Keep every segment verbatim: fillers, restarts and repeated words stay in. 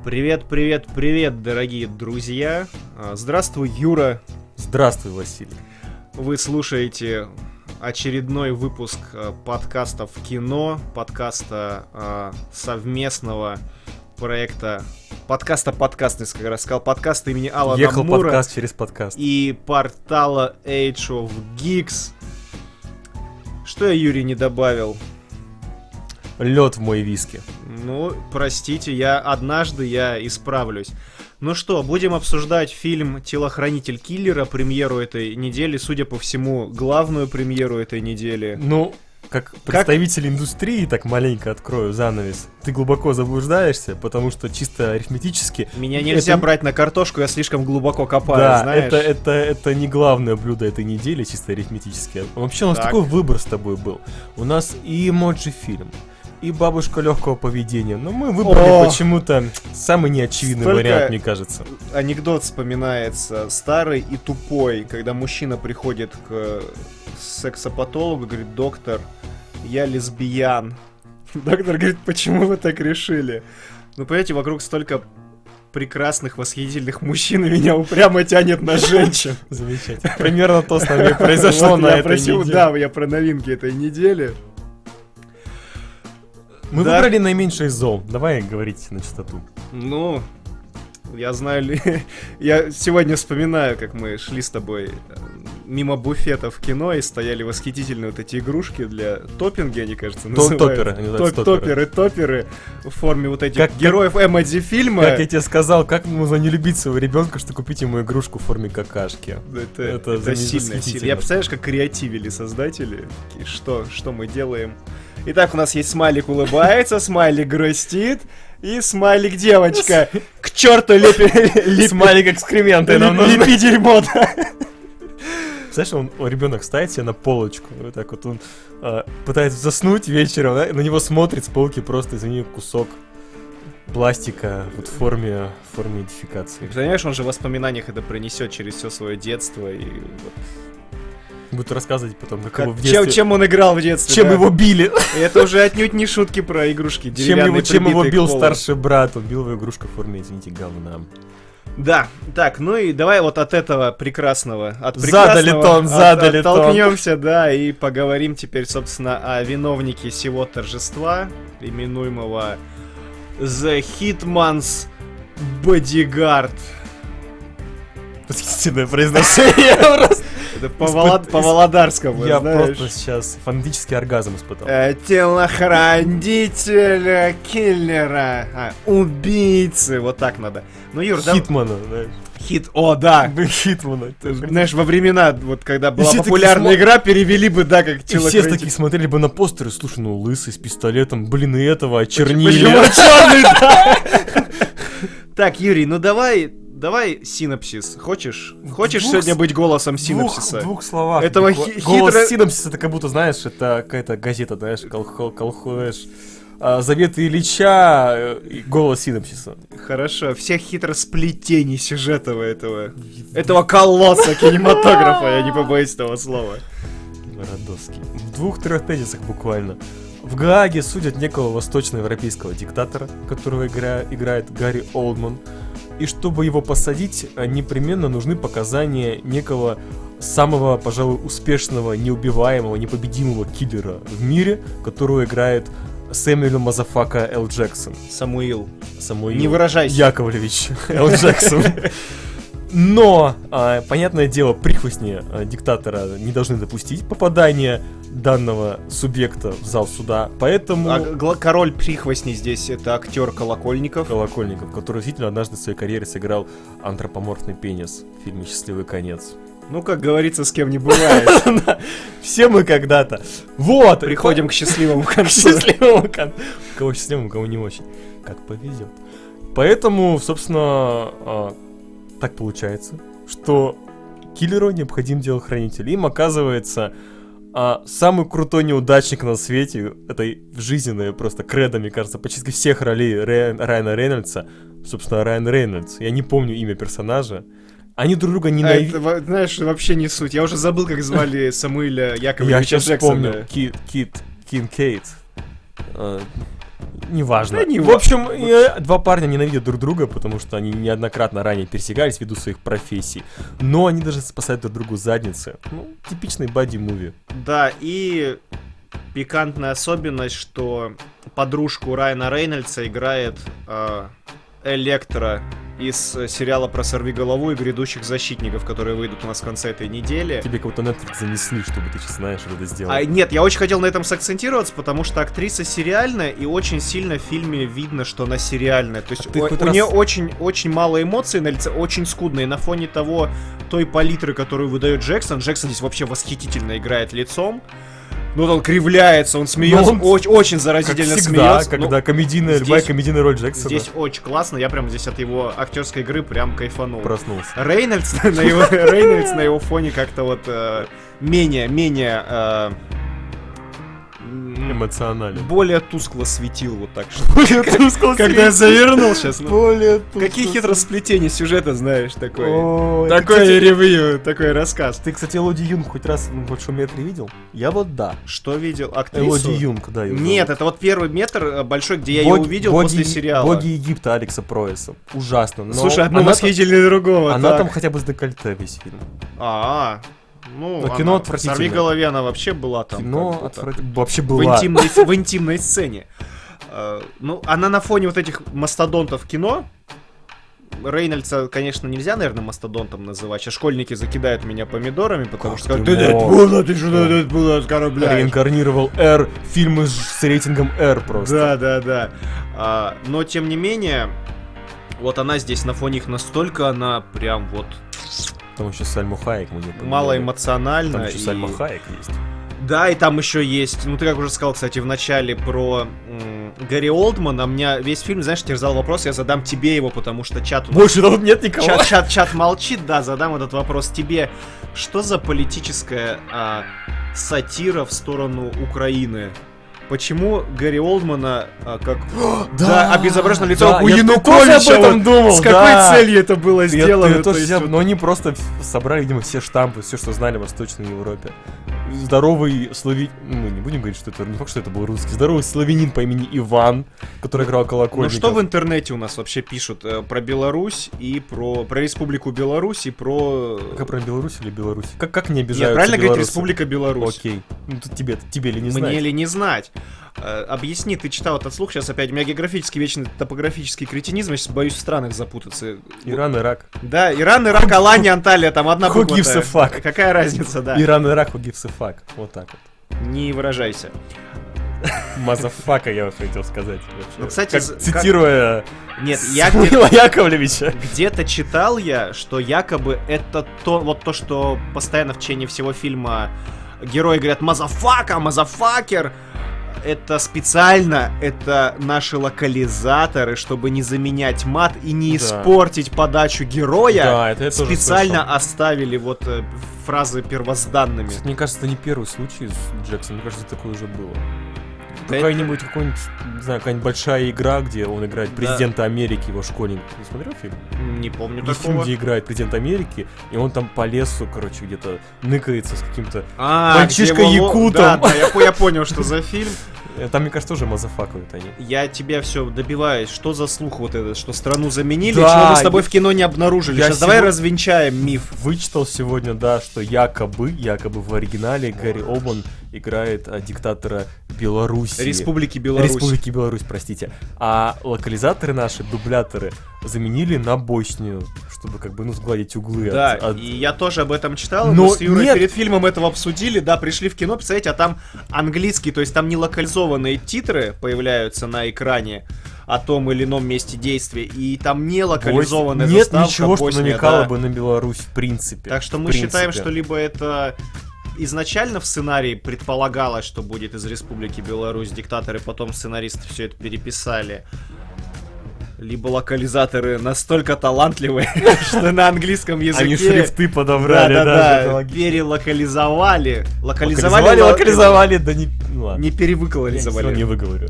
Привет, привет, привет, дорогие друзья. Здравствуй, Юра. Здравствуй, Василий. Вы слушаете очередной выпуск подкаста в кино, подкаста совместного проекта, подкаста подкаст, я как раз сказал, подкаста имени Алана Ехал Мура. подкаст через подкаст. И портала Age of Geeks. Что я, Юрий, не добавил? Лед в мой виски. Ну, простите, я однажды я исправлюсь. Ну что, будем обсуждать фильм «Телохранитель киллера», премьеру этой недели, судя по всему, главную премьеру этой недели. Ну, как представитель как... индустрии, так маленько открою занавес, ты глубоко заблуждаешься, потому что чисто арифметически... Меня нельзя это... брать на картошку, я слишком глубоко копаю, да, знаешь? это, это, это не главное блюдо этой недели, чисто арифметически. Вообще у нас так. такой выбор с тобой был. У нас и эмоджи-фильм, и бабушка легкого поведения. Но мы выбрали О! почему-то самый неочевидный Столько вариант, мне кажется. Анекдот вспоминается старый и тупой, когда мужчина приходит к сексопатологу, говорит: доктор, я лесбиян. Доктор говорит: почему вы так решили? Ну, понимаете, вокруг столько прекрасных, восхитительных мужчин, и меня упрямо тянет на женщин. Замечательно. Примерно то с нами произошло на этой неделе. Да, я про новинки этой недели. Мы да. выбрали наименьшее из зол. Давай говорить на чистоту. Ну, я знаю ли... я сегодня вспоминаю, как мы шли с тобой мимо буфета в кино, и стояли восхитительные вот эти игрушки для топпинги, они, кажется, называются. Топеры. Они называются топеры, топеры в форме вот этих как, героев как, эмодзи фильма. Как я тебе сказал, как можно не любить своего ребенка, что купить ему игрушку в форме какашки. Это, это, это сильно, сильно. Я представляешь, как креативили создатели, что, что мы делаем. Итак, у нас есть смайлик улыбается, смайлик грустит и смайлик девочка. К черту лепи... Смайлик экскременты нам нужно. Лепи дерьмо, да. Знаешь, он, он ребенок ставит себе на полочку, вот так вот он а, пытается заснуть вечером, да, на него смотрит с полки просто, извини, кусок пластика вот в форме, в форме идентификации. Понимаешь, он же в воспоминаниях это пронесет через все свое детство и вот... Буду рассказывать потом, как, как его в детстве... Чем, чем он играл в детстве, Чем да? его били. И это уже отнюдь не шутки про игрушки. Чем его, чем его бил старший брат. Он бил его игрушку в форме, извините, говна. Да, так, ну и давай вот от этого прекрасного... От задали тон, задали от, тон. Оттолкнемся, да, и поговорим теперь, собственно, о виновнике сего торжества, именуемого The Hitman's Bodyguard. Восхитительное произношение просто. Это по-володарскому, Я знаешь. просто сейчас фонетический оргазм испытал. Э, телохранителя, киллера, а, убийцы, вот так надо. Ну, Юр, да... Хитмана, знаешь. Хит, о, да. Хитмана. Знаешь, во времена, вот когда была популярная игра, перевели бы, да, как телохранитель. И все такие смотрели бы на постеры, слушай, ну, лысый, с пистолетом, блин, и этого очернили. Почему черный, да? Так, Юрий, ну давай... Давай синопсис. Хочешь? Хочешь двух, сегодня быть голосом синопсиса? В двух словах. Этого хи- голос хитро... синопсиса, это как будто, знаешь, это какая-то газета, знаешь, колхоз, а, заветы Ильича и голос синопсиса. Хорошо. Всех хитросплетений сюжетного этого. Этого колосса кинематографа, я не побоюсь этого слова. Родовский. В двух-трех тезисах буквально. В Гааге судят некого восточноевропейского диктатора, которого игра... играет Гарри Олдман. И чтобы его посадить, непременно нужны показания некого самого, пожалуй, успешного, неубиваемого, непобедимого киллера в мире, которого играет Сэмюэл Мазафака Л. Джексон. Самуил. Самуил. Не выражайся. Яковлевич Л. Джексон. Но, а, понятное дело, прихвостни а, диктатора не должны допустить попадания данного субъекта в зал суда, поэтому... А гл- король прихвостней здесь это актер Колокольников. Колокольников, который действительно однажды в своей карьере сыграл антропоморфный пенис в фильме «Счастливый конец». Ну, как говорится, с кем не бывает. Все мы когда-то. Вот! Приходим к счастливому концу. К счастливому концу. У кого счастливому, у кого не очень. Как повезет. Поэтому, собственно... Так получается, что киллеру необходим телохранитель. Им оказывается а, самый крутой неудачник на свете, этой жизненной просто кредо, мне кажется, почти всех ролей Рай, Райана Рейнольдса. Собственно, Райан Рейнольдс. Я не помню имя персонажа. Они друг друга ненавидят. А это, знаешь, вообще не суть. Я уже забыл, как звали Самуэля Яковлевича Джексона. Я сейчас вспомнил. Кит, Кит, Кинкейд. Неважно. Да не в ва- общем, э, два парня ненавидят друг друга, потому что они неоднократно ранее пересекались ввиду своих профессий. Но они даже спасают друг другу задницы. Ну, типичный бади-муви. Да, и пикантная особенность, что подружку Райана Рейнольдса играет э, Электро из э, сериала про сорвиголову и грядущих защитников, которые выйдут у нас в конце этой недели. Тебе кого-то Netflix занесли, чтобы ты сейчас знаешь, что это сделал. А, нет, я очень хотел на этом сакцентироваться, потому что актриса сериальная, и очень сильно в фильме видно, что она сериальная. То есть ты у, хоть у раз- нее очень, очень мало эмоций на лице, очень скудно. И на фоне того, той палитры, которую выдает Джексон, Джексон здесь вообще восхитительно играет лицом. Ну, он кривляется, он смеется, он, очень, очень Как заразительно всегда, смеется. когда Ну, комедийная, здесь- любая комедийная роль Джексона здесь очень классно, я прям здесь от его актерской игры прям кайфанул. проснулся. Рейнольдс на его, Рейнольдс на его фоне как-то вот э, менее, менее... э, м, Эмоционально. более тускло светил вот так что. Когда я завернул сейчас. ну, Более Какие хитросплетения сюжета, знаешь, такое. О, Такое ты, кстати, ревью, такой рассказ. Ты, кстати, Элоди Юнг хоть раз в большом метре видел? Я вот да. Что видел? Актрису? Элоди Юнг, да. её Нет, зовут. это вот первый метр э, большой, где я ее Боги- увидел боги- после сериала. Боги Египта Алекса Проэса. Ужасно. Но Слушай, одно она, восхитительнее другого. она так. там хотя бы с декольте весь фильм. А, ну, Но она- кино в отвратительное. «Сорвиголове» она вообще была там. Кино как бы так. отвратительно. Вообще В была. интимной, в интимной сцене. Э, Ну, она на фоне вот этих мастодонтов кино. Рейнольдса, конечно, нельзя, наверное, мастодонтом называть. Сейчас школьники закидают меня помидорами, потому Как что скажут, ты ты мог? Дэдпула, ты что Дэдпула оскорбляешь? Реинкарнировал R, фильмы с с рейтингом R просто. Да, да, да. А, но, тем не менее, вот она здесь на фоне их настолько, она прям вот Там еще Сальма Хайек мы не понимали. малоэмоциональна. Там еще и- Сальма Хайек есть. Да, и там еще есть, ну ты как уже сказал, кстати, в начале про м, Гэри Олдмана, меня весь фильм, знаешь, терзал вопрос, я задам тебе его, потому что чат у нас... Больше тут нет никого. Чат, чат, чат молчит, да, задам этот вопрос тебе. Что за политическая а, сатира в сторону Украины? Почему Гэри Олдмана а, как да, обезображено лицо да, у я Януковича? тоже об этом вот думал, С какой да. целью это было Я- сделано? я То тоже есть себя- вот- Но они просто в- собрали, видимо, все штампы, все, что знали в Восточной Европе. Здоровый славянин, мы не будем говорить, что это не факт, что это был русский. Здоровый славянин по имени Иван, который играл Ну колокольников. что в интернете у нас вообще пишут э, про Беларусь и про, про Республику Беларусь и про... Как про Беларусь или Беларусь? Как, как не Нет, обижаются правильно говорить белорусы? Республика Беларусь. Окей. Ну, тут тебе, тебе ли не знать? Мне ли не знать? Э, объясни, ты читал этот слух, сейчас опять, у меня географический, вечный топографический кретинизм, я сейчас боюсь в странах запутаться. Иран, Ирак. Да, Иран, Ирак, Алания, Анталия, там одна Who буква. gives a fuck? Какая разница, да. Иран, Ирак, who gives a fuck. Вот так вот. Не выражайся. Мазафака, я вот хотел сказать. Вообще. Ну, кстати, Как з- цитируя Нет, я где- Самуила Яковлевича. где-то читал я, что якобы это то, вот то, что постоянно в течение всего фильма герои говорят «мазафака», «мазафакер», это специально, это наши локализаторы, чтобы не заменять мат и не Да. испортить подачу героя. Да, это я тоже специально слышал. оставили вот э, фразы первозданными. Кстати, мне кажется, это не первый случай с Джексоном. Мне кажется, такое уже было. Да Какая-нибудь, какой-нибудь, не знаю, какая-нибудь большая игра, где он играет президента Америки, его школьник. Ты смотрел фильм? Не помню Есть фильм, такого. где играет президент Америки, и он там по лесу, короче, где-то ныкается с каким-то... А, Мальчишка где его- якутом. Да, да, я, по- я понял, что за фильм. Э, Там, мне кажется, тоже мазафакают они. Я тебя все добиваюсь. Что за слух вот этот, что страну заменили, Да, чего мы с тобой я- в кино не обнаружили. я Сейчас давай сего- развенчаем миф. Вычитал сегодня, да, что якобы, якобы в оригинале Гэри Олдман играет а, диктатора Беларуси. Республики Беларусь. Республики Беларусь, простите. А локализаторы наши, дубляторы, заменили на Боснию, чтобы как бы, ну, сгладить углы. от- Да, от- и я тоже об этом читал. Но Мы с Юрой нет. перед фильмом этого обсудили. Да, пришли в кино, представляете, а там английский, то есть там не локализованные титры появляются на экране о том или ином месте действия, и там не локализованная Нет заставка ничего, что Босния, намекало да. бы на Беларусь в принципе. Так что В мы принципе. считаем, что либо это изначально в сценарии предполагалось, что будет из Республики Беларусь, диктаторы, потом сценаристы все это переписали, либо локализаторы настолько талантливые, что на английском языке... Они шрифты подобрали, да, Да-да-да, логично. перелокализовали. Локализовали, Локализовали, локализовали, да не... Ну ладно. Не Я всё перевыкализовали. не выговорю.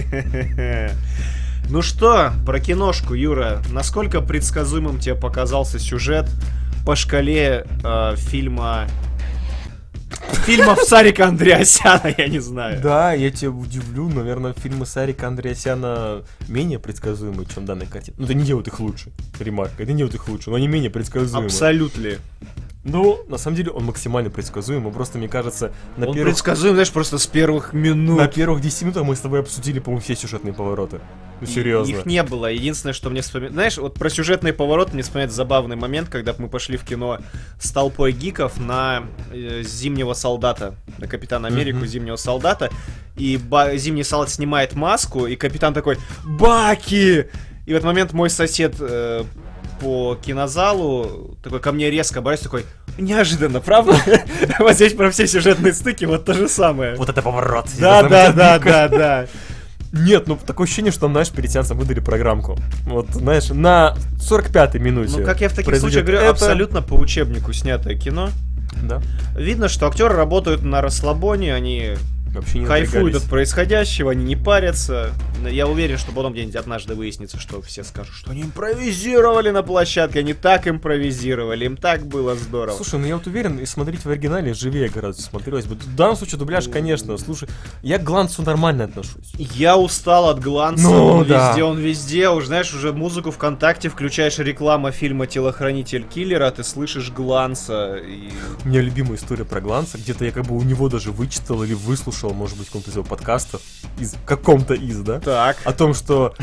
Ну что, про киношку, Юра. Насколько предсказуемым тебе показался сюжет по шкале э, фильма фильмов Сарика Андреасяна, я не знаю. Да, я тебя удивлю, наверное, фильмы Сарика Андреасяна менее предсказуемые, чем данная картина. Ну, это не делает их лучше, ремарка, это не делает их лучше, но они менее предсказуемые. Абсолютно. Ну, на самом деле, он максимально предсказуем, и просто, мне кажется, на он первых... предсказуем, знаешь, просто с первых минут. На первых десяти минутах мы с тобой обсудили, по-моему, все сюжетные повороты. Ну, серьезно. Их не было. Единственное, что мне вспоминается... Знаешь, вот про сюжетный поворот мне вспоминается забавный момент, когда мы пошли в кино с толпой гиков на э, Зимнего солдата, на Капитана Америку, mm-hmm. Зимнего солдата, и ба- Зимний солдат снимает маску, и капитан такой: «Баки!» И в этот момент мой сосед... Э, по кинозалу, такой ко мне резко оборачивается, такой: «Неожиданно, правда?» Вот здесь про все сюжетные стыки вот то же самое. Вот это поворот. Да, да, да, да, да. Нет, ну такое ощущение, что нам, знаешь, перед сеансом выдали программку. Вот, знаешь, на сорок пятой минуте. Ну, как я в таких случаях говорю, абсолютно по учебнику снятое кино. Да. Видно, что актеры работают на расслабоне, они... Вообще не кайфуют от происходящего, они не парятся. Я уверен, что потом где-нибудь однажды выяснится, что все скажут, что они импровизировали на площадке, они так импровизировали, им так было здорово. Слушай, ну я вот уверен, и смотреть в оригинале живее гораздо смотрелось бы. В данном случае дубляж, конечно, слушай, я к Гланцу нормально отношусь. Я устал от Гланца, ну, он да. везде, он везде, уже знаешь, уже музыку ВКонтакте включаешь, реклама фильма «Телохранитель киллера», ты слышишь Гланца. И... У меня любимая история про Гланца, где-то я как бы у него даже вычитал или выслушал, может быть, в каком-то из его подкастов, из каком-то из, да? Так. О том, что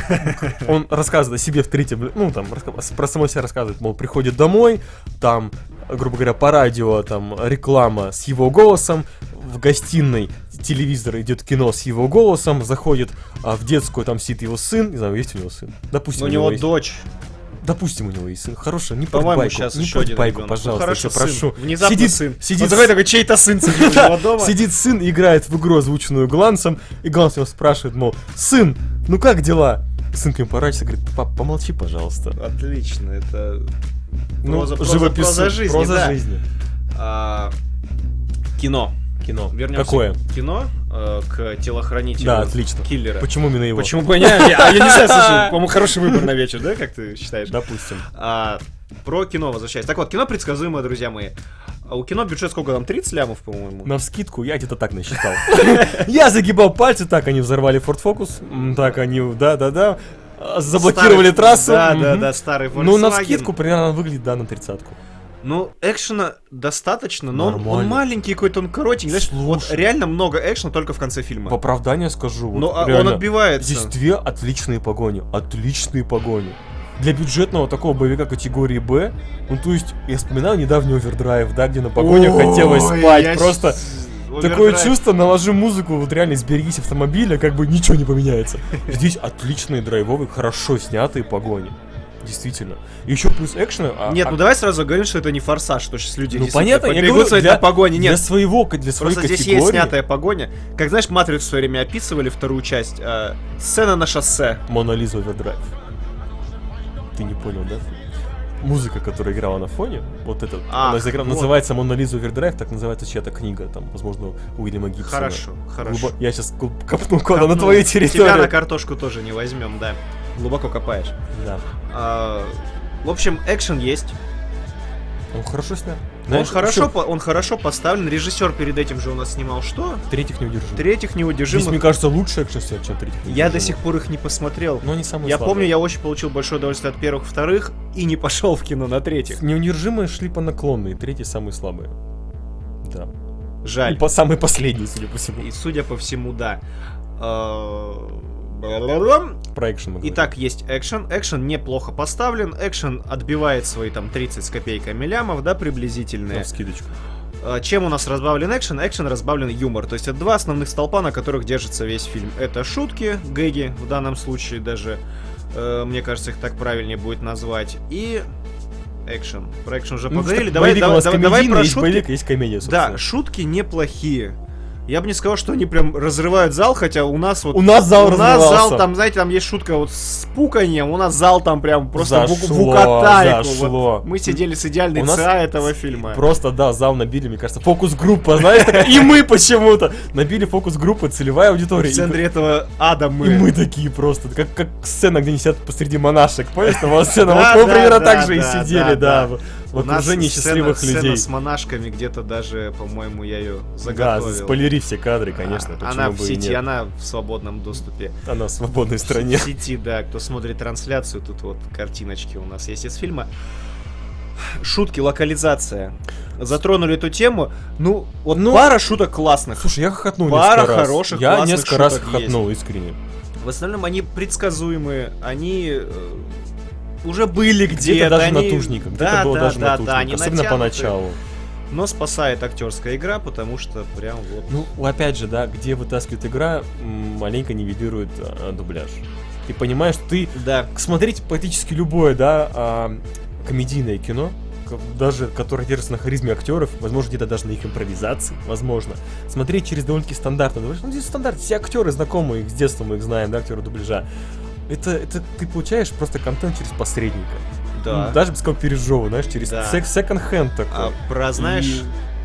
он рассказывает о себе в третьем, ну, там, про самого себя рассказывает, мол, приходит домой, там, грубо говоря, по радио, там, реклама с его голосом, в гостиной телевизор идет кино с его голосом, заходит а, в детскую, там сидит его сын, не знаю, есть у него сын? Допустим, у него есть... дочь. Допустим, у него есть сын. Хорошо, не по-моему, байку, сейчас не еще один байку, ребенок. пожалуйста, ну, хорошо, я прошу. Внезапно сидит, сын. Сидит... Вот такой, такой, чей-то сын сидит у него дома. Сидит сын, играет в игру, озвученную Гланцем, и Гланц его спрашивает, мол, сын, ну как дела? Сын к нему поворачивается, говорит: пап, помолчи, пожалуйста. Отлично, это ну, проза, проза, живопису, проза жизни. Проза да. жизни. А, кино. Кино. Вернемся Какое? к кино, э, к телохранителю да, отлично. киллера. Почему именно его? Почему бы не? Я, я не знаю, слушай, по-моему, хороший выбор на вечер, да, как ты считаешь? Допустим. А, про кино возвращаясь. Так вот, кино предсказуемое, друзья мои. А у кино бюджет сколько там? тридцать лямов, по-моему? Навскидку я где-то так насчитал. Я загибал пальцы, так они взорвали Ford Focus, так они, да-да-да, заблокировали трассу. Да-да-да, старый Volkswagen. Ну, навскидку примерно выглядит, да, на тридцатку. Ну, экшена достаточно, но он, он маленький какой-то, он коротенький. Знаешь, Слушай, вот реально много экшена только в конце фильма. В оправдание скажу. Вот но реально, он отбивается. Здесь две отличные погони. Отличные погони. Для бюджетного такого боевика категории Б, ну то есть, я вспоминаю недавний Овердрайв, да, где на погонях хотелось спать. Просто такое чувство, наложи музыку, вот реально сберегись автомобиля, как бы ничего не поменяется. Здесь отличные драйвовые, хорошо снятые погони. Действительно. И еще плюс экшена. А, нет, а... ну давай сразу говорим, что это не форсаж, что сейчас люди ну, понятно, я говорю, для погони. Нет, для своего, для своей просто категории. Здесь есть снятая погоня. Как знаешь, Матрицу в свое время описывали вторую часть. Э, сцена на шоссе. Мона Лиза Овердрайв. Ты не понял, да? Музыка, которая играла на фоне, вот эта, а, она заиграла, вот. называется «Мона Лиза Овердрайв», так называется чья-то книга, там, возможно, Уильяма Гибсона. Хорошо, хорошо. Глубо... Я сейчас копну кода на твоей территории. Тебя на картошку тоже не возьмем, да. Глубоко копаешь. Да. А, в общем, экшен есть. Он хорошо снят. Он хорошо, по, он хорошо поставлен. Режиссер перед этим же у нас снимал что? Третьих неудержимых. Третьих неудержимых. Здесь, мне кажется, лучше экшен снят, чем третьих неудержимых. Я до сих пор их не посмотрел. Но они самые Я слабые. помню, я очень получил большое удовольствие от первых, вторых и не пошел в кино на третьих. Неудержимые шли по наклонной, третьи самые слабые. Да. Жаль. И по самые последние, судя по всему. И судя по всему, да. Про экшен мы говорим. Итак, есть экшен. Экшен неплохо поставлен. Экшен отбивает свои там тридцать с копейками лямов, да, приблизительные. На скидочку. Чем у нас разбавлен экшен? Экшен разбавлен юмор. То есть это два основных столпа, на которых держится весь фильм. Это шутки, гэги, в данном случае даже, э, мне кажется, их так правильнее будет назвать. И экшен. Про экшен уже ну, поговорили. Давай, давай, давай, давай про есть шутки. Боевик, есть комедия, собственно. Да, шутки неплохие. Я бы не сказал, что они прям разрывают зал, хотя у нас вот... У нас зал У нас разрывался. зал, там, знаете, там есть шутка вот с пуканьем, у нас зал там прям просто зашло, в укатайку. зашло. Вот мы сидели с идеальной ЦА этого фильма. Просто, да, зал набили, мне кажется, фокус-группа, знаешь, такая, и мы почему-то набили фокус-группы, целевая аудитория. В центре этого ада мы. И мы такие просто, как, как сцена, где они сидят посреди монашек, помнишь, там сцена, Да, вот мы да, примерно да, так же и да, сидели, да, да. в окружении счастливых сцена, людей. Сцена с монашками где-то даже, по-моему, я ее Да, заготовил. спойлери все кадры, конечно. А, она в сети, она в свободном доступе. Она в свободной стране. В сети, да. Кто смотрит трансляцию, тут вот картиночки у нас есть из фильма. Шутки, локализация. Затронули эту тему. Ну, вот ну, пара шуток классных. Слушай, я хохотнул пара несколько раз. хороших, Я классных несколько раз шуток хохотнул, есть. искренне. В остальном они предсказуемые, они э, уже были где-то. Где-то даже они... натужненько, где-то да, было да, даже да, натужненько, да, они особенно натянуты. поначалу. Но спасает актерская игра, потому что прям вот... Ну, опять же, да, где вытаскивает игра, маленько нивелирует а, дубляж. Ты понимаешь, что ты... Да. Смотреть практически любое, да, а, комедийное кино, даже которое держится на харизме актеров, возможно, где-то даже на их импровизации, возможно. Смотреть через довольно-таки стандартно. Ну, здесь стандарт, все актеры знакомые, с детства мы их знаем, да, актеры дубляжа. Это, это ты получаешь просто контент через посредника. Да. Ну, даже без какого пережевывания, знаешь, через да. секонд-хенд такой. А про, знаешь... И...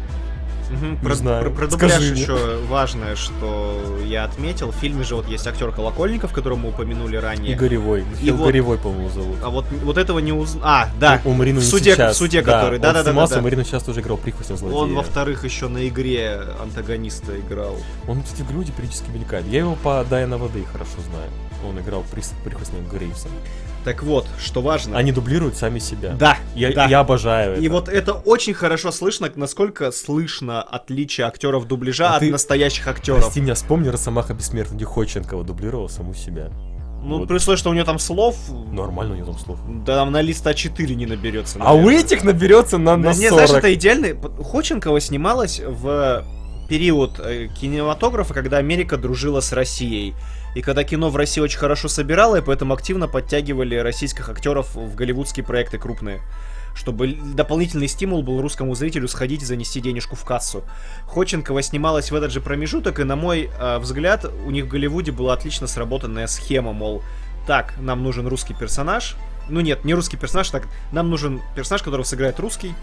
Угу, про, про, про дубляж еще важное, что я отметил. В фильме же вот есть актер Колокольников, которого мы упомянули ранее. И Горевой. И вот, Горевой, по-моему, зовут. А вот, вот этого не узнал. А, да. У, у Марину в суде, сейчас. в суде да, который. Да, он да, да, снимался, да, да. Марину сейчас тоже играл прихвостня злодея. Он, во-вторых, еще на игре антагониста играл. Он, кстати, в люди периодически мелькает. Я его по Дайана Воды хорошо знаю. Он играл прихвостня Грейвса. Так вот, что важно. Они дублируют сами себя. Да, я, да. я обожаю это. И вот это очень хорошо слышно, насколько слышно отличие актеров дубляжа а от ты... настоящих актеров. Прости меня, вспомни Росомаха Бессмертный, где Ходченкова дублировала саму себя. Ну, вот. при условии, что у нее там слов... Нормально у нее там слов. Да, там на лист а четыре не наберется. Наверное. А у этих наберется на, на да, сорок. Нет, знаешь, это идеальный... Ходченкова снималась в период кинематографа, когда Америка дружила с Россией. И когда кино в России очень хорошо собирало, и поэтому активно подтягивали российских актеров в голливудские проекты крупные. Чтобы дополнительный стимул был русскому зрителю сходить и занести денежку в кассу. Ходченкова снималась в этот же промежуток, и, на мой э, взгляд, у них в Голливуде была отлично сработанная схема, мол, так, нам нужен русский персонаж. Ну нет, не русский персонаж, так, нам нужен персонаж, которого сыграет русский.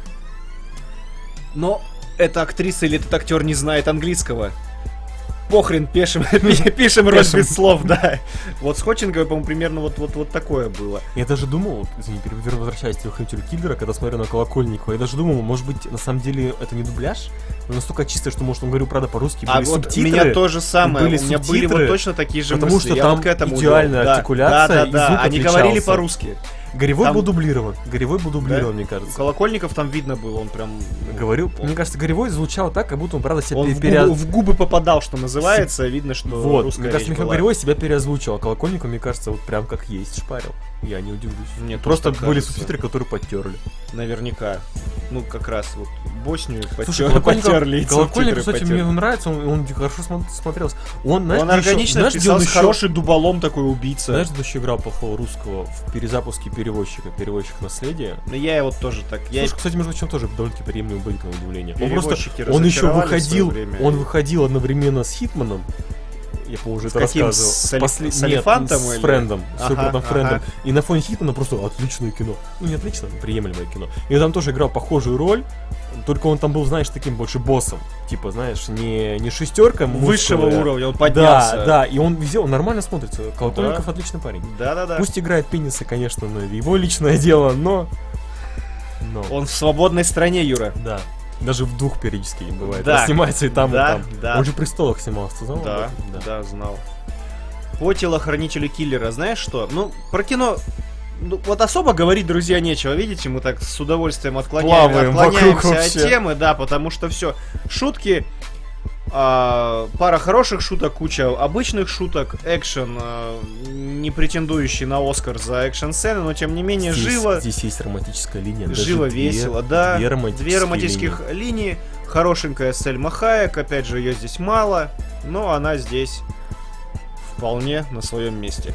Но эта актриса или этот актер не знает английского. Похрен, пишем, пишем роль без слов, да. Вот с Ходченковой, по-моему, примерно вот, вот, вот такое было. Я даже думал, извини, возвращаясь к телохранителю Киллера, когда смотрел на Колокольникова, я даже думал, может быть, на самом деле это не дубляж, но настолько чисто, что, может, он говорил, правда, по-русски, были а вот субтитры. У меня то же самое, были у меня были вот точно такие же потому мысли. Потому что я там вот к этому идеальная да, артикуляция, да, да, и да, звук они отличался. говорили по-русски. Горевой там... был дублирован. Горевой был дублирован, да? мне кажется. Колокольников там видно было, он прям... Говорил, он... мне кажется, Горевой звучал так, как будто он, правда, себя он пере... в, губы, в губы попадал, что называется, С... видно, что вот. русская Мне кажется, речь Михаил была. Горевой себя переозвучил, а Колокольников, мне кажется, вот прям как есть шпарил. Я не удивлюсь. Мне просто были кажется. субтитры, которые подтерли. Наверняка. Ну, как раз вот Боснию Слушай, потер... потерли. Колокольников, кстати, потерли. Мне нравится, он, он хорошо смотрелся. Он, знаешь, он органично знаешь, вписался, еще... хороший дуболом такой убийца. Знаешь, кто еще играл плохого русского в перезапуске перевозчика, перевозчик наследия? Ну, я его тоже так... Слушай, я... кстати, между прочим, тоже довольно-таки приемлемый будет, на удивление. Он просто, Перевозчики он еще выходил, время. он выходил одновременно с Хитманом. Я, по-моему, уже с это каким? рассказывал. С, Али... После... с Алифантом? Нет, или? с Френдом. С ага, Супертом Френдом. ага. И на фоне Хитмана просто отличное кино. Ну, не отлично, но приемлемое кино. И он там тоже играл похожую роль, только он там был, знаешь, таким больше боссом. Типа, знаешь, не, не шестерка высшего уровня, он поднялся. Да, да, и он везде, он нормально смотрится. Колокольников да. отличный парень. Да-да-да. Пусть играет пенисы, конечно, но его личное дело, но... но... Он в свободной стране, Юра. Да. Даже в двух периодически бывает. Да. Он снимается и там, да, и там. Да. Он же в «Престолах» снимался, знал? Да, да, да, знал. По телохранителю Киллера, знаешь что? Ну, про кино... Ну, вот особо говорить, друзья, нечего. Видите, мы так с удовольствием отклоняем, отклоняемся от темы, да, потому что все. Шутки, а, пара хороших шуток, куча обычных шуток, экшен, а, не претендующий на Оскар за экшн-сцены, но тем не менее здесь, живо. Здесь есть романтическая линия. Живо, две, весело, да. Две романтические, две романтических линии. линии. Хорошенькая Сельма Хайек, опять же, ее здесь мало, но она здесь вполне на своем месте.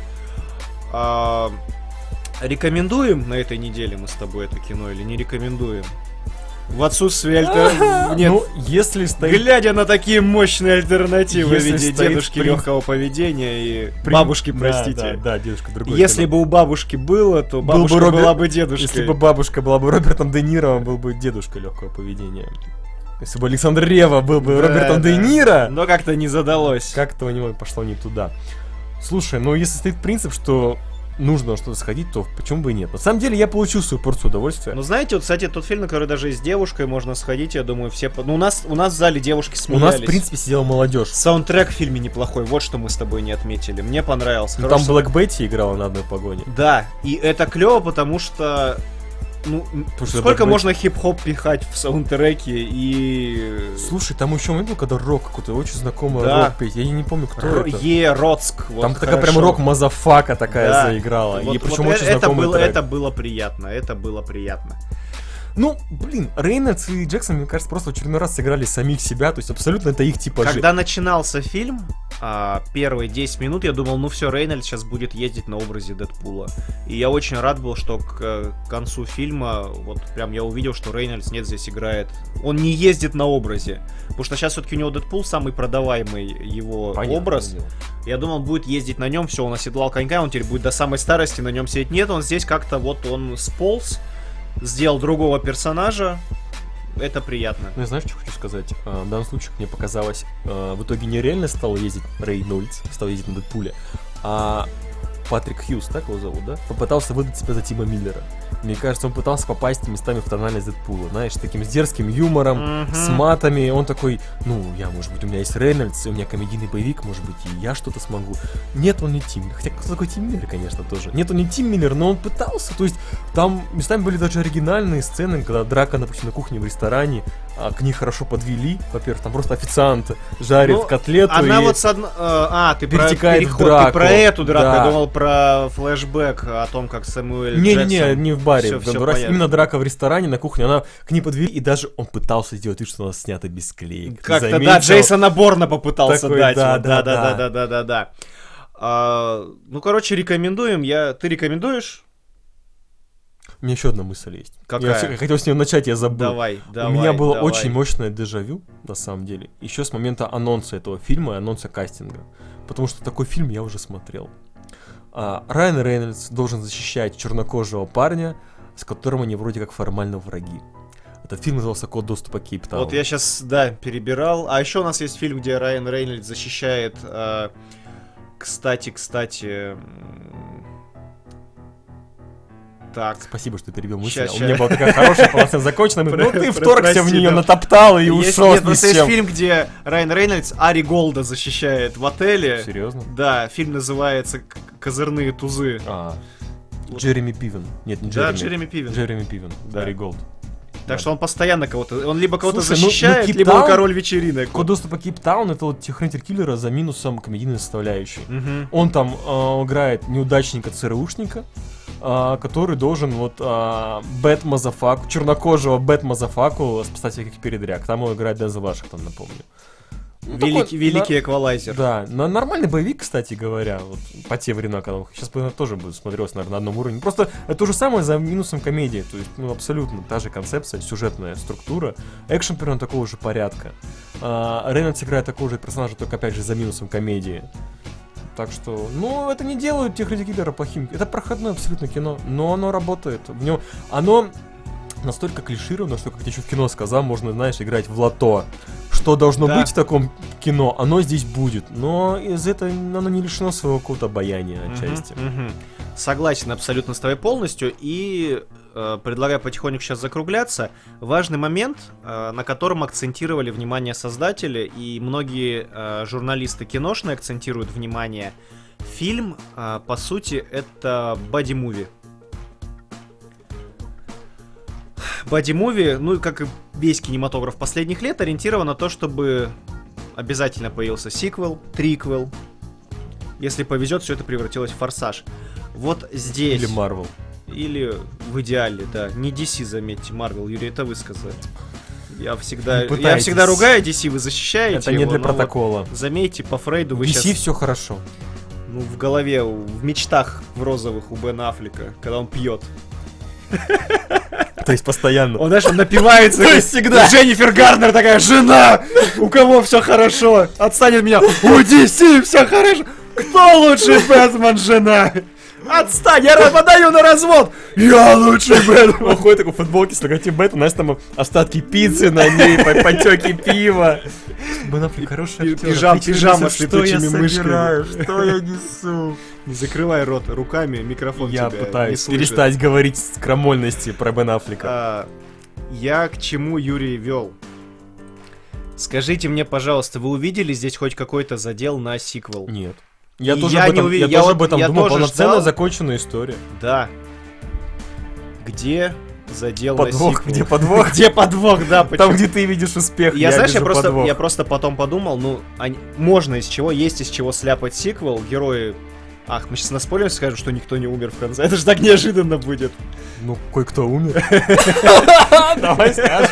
А, рекомендуем на этой неделе мы с тобой это кино или не рекомендуем? В отсутствие альтернативы. Нет, ну, если стоит... глядя на такие мощные альтернативы в виде дедушки принц... легкого поведения и Прин... бабушки, простите. Да, да, да, дедушка другой. Если кино. бы у бабушки было, то бабушка был бы была Роберт... бы дедушкой. Если бы бабушка была бы Робертом Де Ниро, он был бы дедушкой легкого поведения. Если бы Александр Ревва был бы да, Робертом да. Де Ниро... Но как-то не задалось. Как-то у него пошло не туда. Слушай, ну если стоит принцип, что нужно что-то сходить, то почему бы и нет. На самом деле я получил свою порцию удовольствия. Ну, знаете, вот, кстати, тот фильм, на который даже и с девушкой можно сходить, я думаю, все... по- Ну, у нас, у нас в зале девушки смеялись. У нас, в принципе, сидела молодежь. Саундтрек в фильме неплохой, вот что мы с тобой не отметили. Мне понравился. Ну, там Блэк Бетти играла на одной погоне. Да, и это клево, потому что... Ну, Потому что сколько Black можно хип-хоп пихать в саундтреке и... Слушай, там еще момент был, когда рок какой-то очень знакомый Да. рок петь. Я не помню, кто Р- это. Е. Роцк. Вот, Там такая хорошо. прям рок-мазафака такая Да. заиграла. Вот- и причем вот очень это, знакомый было, трек. это было приятно, это было приятно. Ну, блин, Рейнольдс и Джексон, мне кажется, просто в очередной раз сыграли самих себя, то есть абсолютно это их типажи. Когда начинался фильм, а, первые десять минут, я думал, ну все, Рейнольдс сейчас будет ездить на образе Дэдпула. И я очень рад был, что к э, концу фильма, вот прям я увидел, что Рейнольдс нет, здесь играет. Он не ездит на образе. Потому что сейчас все-таки у него Дэдпул самый продаваемый его Понятное образ. дело. Я думал, он будет ездить на нем, все, он оседлал конька, он теперь будет до самой старости на нем сидеть. Нет, он здесь как-то вот он сполз, сделал другого персонажа. Это приятно. Ну, я знаешь, что хочу сказать? А, в данном случае, как мне показалось, а, в итоге не реально стал ездить Рейнольдс, стал ездить на Дэдпуле, а Патрик Хьюз, так его зовут, да? Попытался выдать себя за Тима Миллера. Мне кажется, он пытался попасть местами в тональность Дэдпула, знаешь, с таким с дерзким юмором, Мгм. с матами. Он такой, ну, я, может быть, у меня есть Рейнольдс, у меня комедийный боевик, может быть, и я что-то смогу. Нет, он не Тим Миллер. Хотя кто такой Тим Миллер, конечно, тоже. Нет, он не Тим Миллер, но он пытался. То есть там местами были даже оригинальные сцены, когда драка, допустим, на кухне в ресторане, а к ней хорошо подвели. Во-первых, там просто официант жарит Ну, котлету. Она и... вот с одной... А, ты про перетекает в переход, драку. ты про эту драку, Да. я думал про флешбэк о том, как Сэмюэль Не-не-не, Джексон... не в баре. Всё- в всё Гондурасе. понятно. Именно драка в ресторане на кухне, она к ней подвели, и даже он пытался сделать вид, что она снята без клеек. Ты Как-то, да, заметил? Джейсона Борна попытался Такой, дать. да, вот, да, да, да, да. да, да, да, да. А, ну, короче, рекомендуем. Я... Ты рекомендуешь? У меня еще одна мысль есть. Какая? Я, всё- я хотел с нее начать, я забыл. Давай, давай. У меня было давай. очень мощное дежавю, на самом деле, еще с момента анонса этого фильма и анонса кастинга. Потому что такой фильм я уже смотрел. А, Райан Рейнольдс должен защищать чернокожего парня, с которым они вроде как формально враги. Этот фильм назывался «Код доступа Кейптаун». Вот я сейчас, да, перебирал. А еще у нас есть фильм, где Райан Рейнольдс защищает... а, Кстати, кстати... м, Так. Спасибо, что ты перебил мысль. Ща, У ща. меня была такая хорошая полноценная законченная мысль. Ну Про- ты про- вторгся в прости, нее, да. натоптал и Есть, ушел нет, ни с просто есть чем. фильм, где Райан Рейнольдс Ари Голда защищает в отеле. Серьезно? Да, фильм называется «К- «Козырные тузы». А, Вот. Джереми Пивен. Нет, не Да, Джереми. Джереми Пивен. Джереми Пивен. Да. Гарри Голд. Так что он постоянно кого-то... Он либо кого-то Слушай, ну- ну, защищает, либо Кейптаун- он король вечеринок. Код доступа Кейптаун — это вот хранитель киллера за минусом комедийной составляющей. Мгм. Он там э, играет неудачника ЦРУшника, э, который должен вот э, Бэт Мазафаку, чернокожего Бэт Мазафаку спасать всяких передряг. Там его играет Дензел Вашингтон, напомню. Ну, Великий, такой, великий на- эквалайзер. Да, на нормальный боевик, кстати говоря, вот, по те времена, когда он сейчас наверное, тоже будет смотрелся, наверное, на одном уровне. Просто это то же самое за минусом комедии, то есть, ну, абсолютно та же концепция, сюжетная структура, экшен примерно такого же порядка. А, Рейнольдс играет такого же персонажа, только опять же за минусом комедии. Так что, ну, это не делают тех людей киллера плохим. Это проходное абсолютно кино, но оно работает. В нем оно настолько клишировано, что, как я еще в кино сказал, можно, знаешь, играть в лото. Что должно Да. быть в таком кино, оно здесь будет. Но из этого оно не лишено своего какого-то обаяния отчасти. Мгм, мгм. Согласен абсолютно с тобой полностью. И э, предлагаю потихоньку сейчас закругляться. Важный момент, э, на котором акцентировали внимание создатели, и многие э, журналисты киношные акцентируют внимание. Фильм, э, по сути, это боди-муви. Боди-муви, ну, как и весь кинематограф последних лет, ориентирован на то, чтобы обязательно появился сиквел, триквел. Если повезет, все это превратилось в форсаж. Вот здесь... Или Марвел. Или в идеале, да. Не ди си, заметьте, Marvel, Юрий, это вы сказали. Я всегда, Не я пытайтесь. всегда ругаю ди си, вы защищаете Это не его, для но вот протокола. заметьте, по Фрейду вы В ди си сейчас... все хорошо. Ну, в голове, у- в мечтах в розовых у Бена Аффлека, когда он пьет. То есть постоянно. Он, знаешь, он напивается. То есть всегда. Дженнифер Гарнер такая: жена, у кого все хорошо, отстань от меня. У ди си все хорошо. Кто лучший Бэтмен, жена? Отстань, я подаю на развод! Я лучший Бэтмен! Он ходит такой в футболке с логотипом Бэтмен, знаешь, там остатки пиццы на ней, потеки пива. Бен Аффлек хороший актер. Пижам, пижама с летучими мышками. Что я несу? Не закрывай рот руками, микрофон Я тебя пытаюсь не слышит. перестать говорить с крамольности про Бен Аффлека. А, я к чему Юрий вел? Скажите мне, пожалуйста, вы увидели здесь хоть какой-то задел на сиквел? Нет. Я И тоже я об не этом, уви- я я тоже вот- об этом я думал. тоже Полноценная ждал. законченная история. Да. Где задел Подвох, на сиквел? где подвох? Где подвох, да. почему? Там, где ты видишь успех, Я, я знаешь, я вижу просто, подвох. я просто потом подумал, ну, они- можно из чего, есть из чего сляпать сиквел, герои... Ах, мы сейчас наспорим, скажем, что никто не умер в конце. Это же так неожиданно будет. Ну, кое-кто умер. Давай скажем.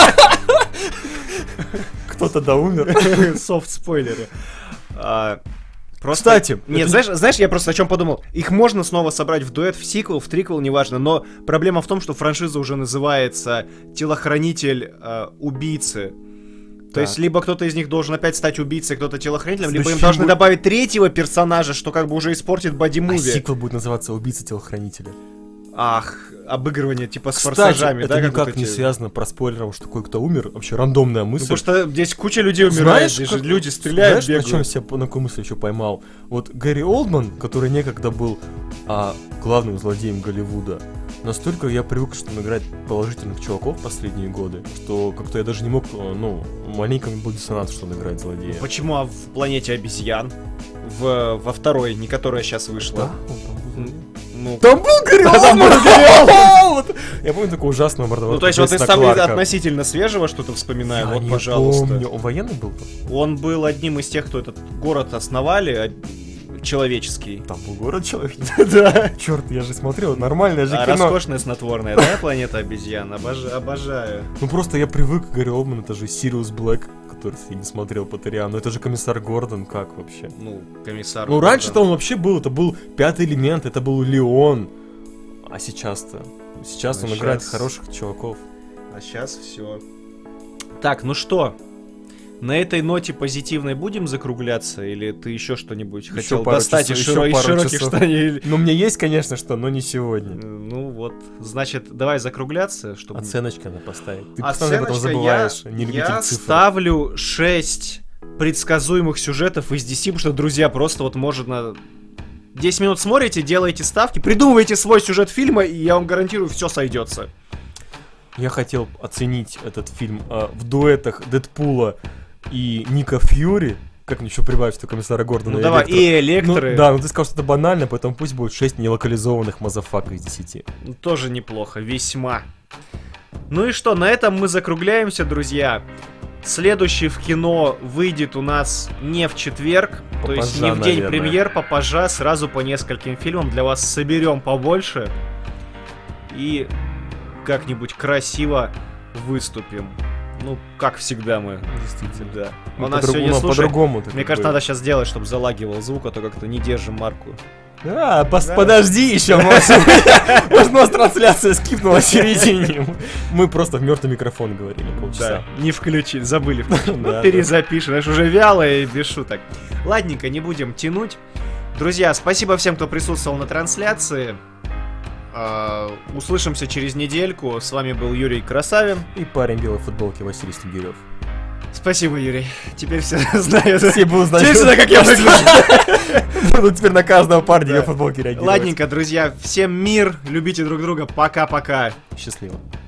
Кто-то да умер. Софт-спойлеры. А, Просто... Кстати, Нет, это- знаешь, знаешь, я просто о чем подумал. Их можно снова собрать в дуэт, в сиквел, в триквел, неважно, но проблема в том, что франшиза уже называется «Телохранитель э, убийцы». То Так. есть, либо кто-то из них должен опять стать убийцей, кто-то телохранителем, либо им Следующий должны будет- добавить третьего персонажа, что как бы уже испортит А боди-муви. сиквел будет называться «Убийца-телохранителя». Ах, обыгрывание типа с Кстати, форсажами, это да, как никак вот не эти- связано про спойлером, что кое-кто умер. Вообще рандомная Ну, мысль. потому что здесь куча людей умирает, здесь же как- люди стреляют, знаешь, на чем бегают. я по- на какую мысль еще поймал? Вот Гэри Олдман, который некогда был а, главным злодеем Голливуда, настолько я привык, что он играет положительных чуваков последние годы, что как-то я даже не мог, э, ну, маленько был диссонанс, что он играет злодея. Почему а в планете обезьян? В, во второй, не которая сейчас вышла. Да, он там был злодеем. Ну, Там был Гэри Да, там Олдман! был Гэри Вот. Я помню такого ужасного мордового. ну, то есть вот из Джейсона там Кларка. относительно свежего что-то вспоминаю, Я вот, не пожалуйста. помню. Он военный был там? Он был одним из тех, кто этот город основали, а- человеческий. Там был город человек. Да. Черт, я же смотрел, нормальное же А кино. роскошное снотворное, да, планета обезьян? Обожа- обожаю. Ну просто я привык к Гэри Олдману, это же Сириус Блэк, который я не смотрел по Ториану. Это же комиссар Гордон, как вообще? Ну, комиссар. Ну раньше-то он вообще был, это был Пятый элемент, это был Леон. А сейчас-то? Сейчас А он играет щас- хороших чуваков. А сейчас все. Так, ну что? На этой ноте позитивной будем закругляться? Или ты еще что-нибудь Еще хотел пару достать часов- из, еще широ- из пару широких часов. штаней? Ну мне есть, конечно, что, но не сегодня. Ну вот, значит, давай закругляться, чтобы... Оценочка надо поставить. Ты постоянно об этом Оценочка забываешь, я, не любитель я цифр. ставлю шесть предсказуемых сюжетов из десяти, потому что, друзья, просто вот можно... десять минут смотрите, делаете ставки, придумываете свой сюжет фильма, и я вам гарантирую, все сойдется. Я хотел оценить этот фильм э, в дуэтах Дэдпула и Ника Фьюри. Как мне еще прибавить, что комиссара Гордона Ну и давай, Электро? и электры, Ну, да, ну ты сказал, что это банально, поэтому пусть будет шесть нелокализованных мазафак из десяти. ну, тоже неплохо, весьма. Ну и что, на этом мы закругляемся, друзья. Следующий в кино выйдет у нас не в четверг, то есть не в день наверное. премьер, попозже, сразу по нескольким фильмам. Для вас соберем побольше и как-нибудь красиво выступим. Ну, как всегда мы. Действительно. Да. Ну, У нас по-друг- сегодня, ну, слушай, по-другому. ты мне как кажется, бы- надо сейчас сделать, чтобы залагивал звук, а то как-то не держим марку. А, пос- Да. подожди еще, может. Может, у нас трансляция скипнула в середине. Мы просто в мертвый микрофон говорили полчаса. не включить, забыли включить. Да, Ну, да. перезапишем, знаешь, уже вяло и без шуток. Ладненько, не будем тянуть. Друзья, спасибо всем, кто присутствовал на трансляции. А, Услышимся через недельку. С вами был Юрий Красавин. И парень в белой футболке Василий Снегирев. Спасибо, Юрий. Теперь все знают. Все будут знать, Теперь что- всегда, как я выгляжу. Будут теперь на каждого парня Да. в футболке реагировать. Ладненько, друзья. Всем мир. Любите друг друга. Пока-пока. Счастливо.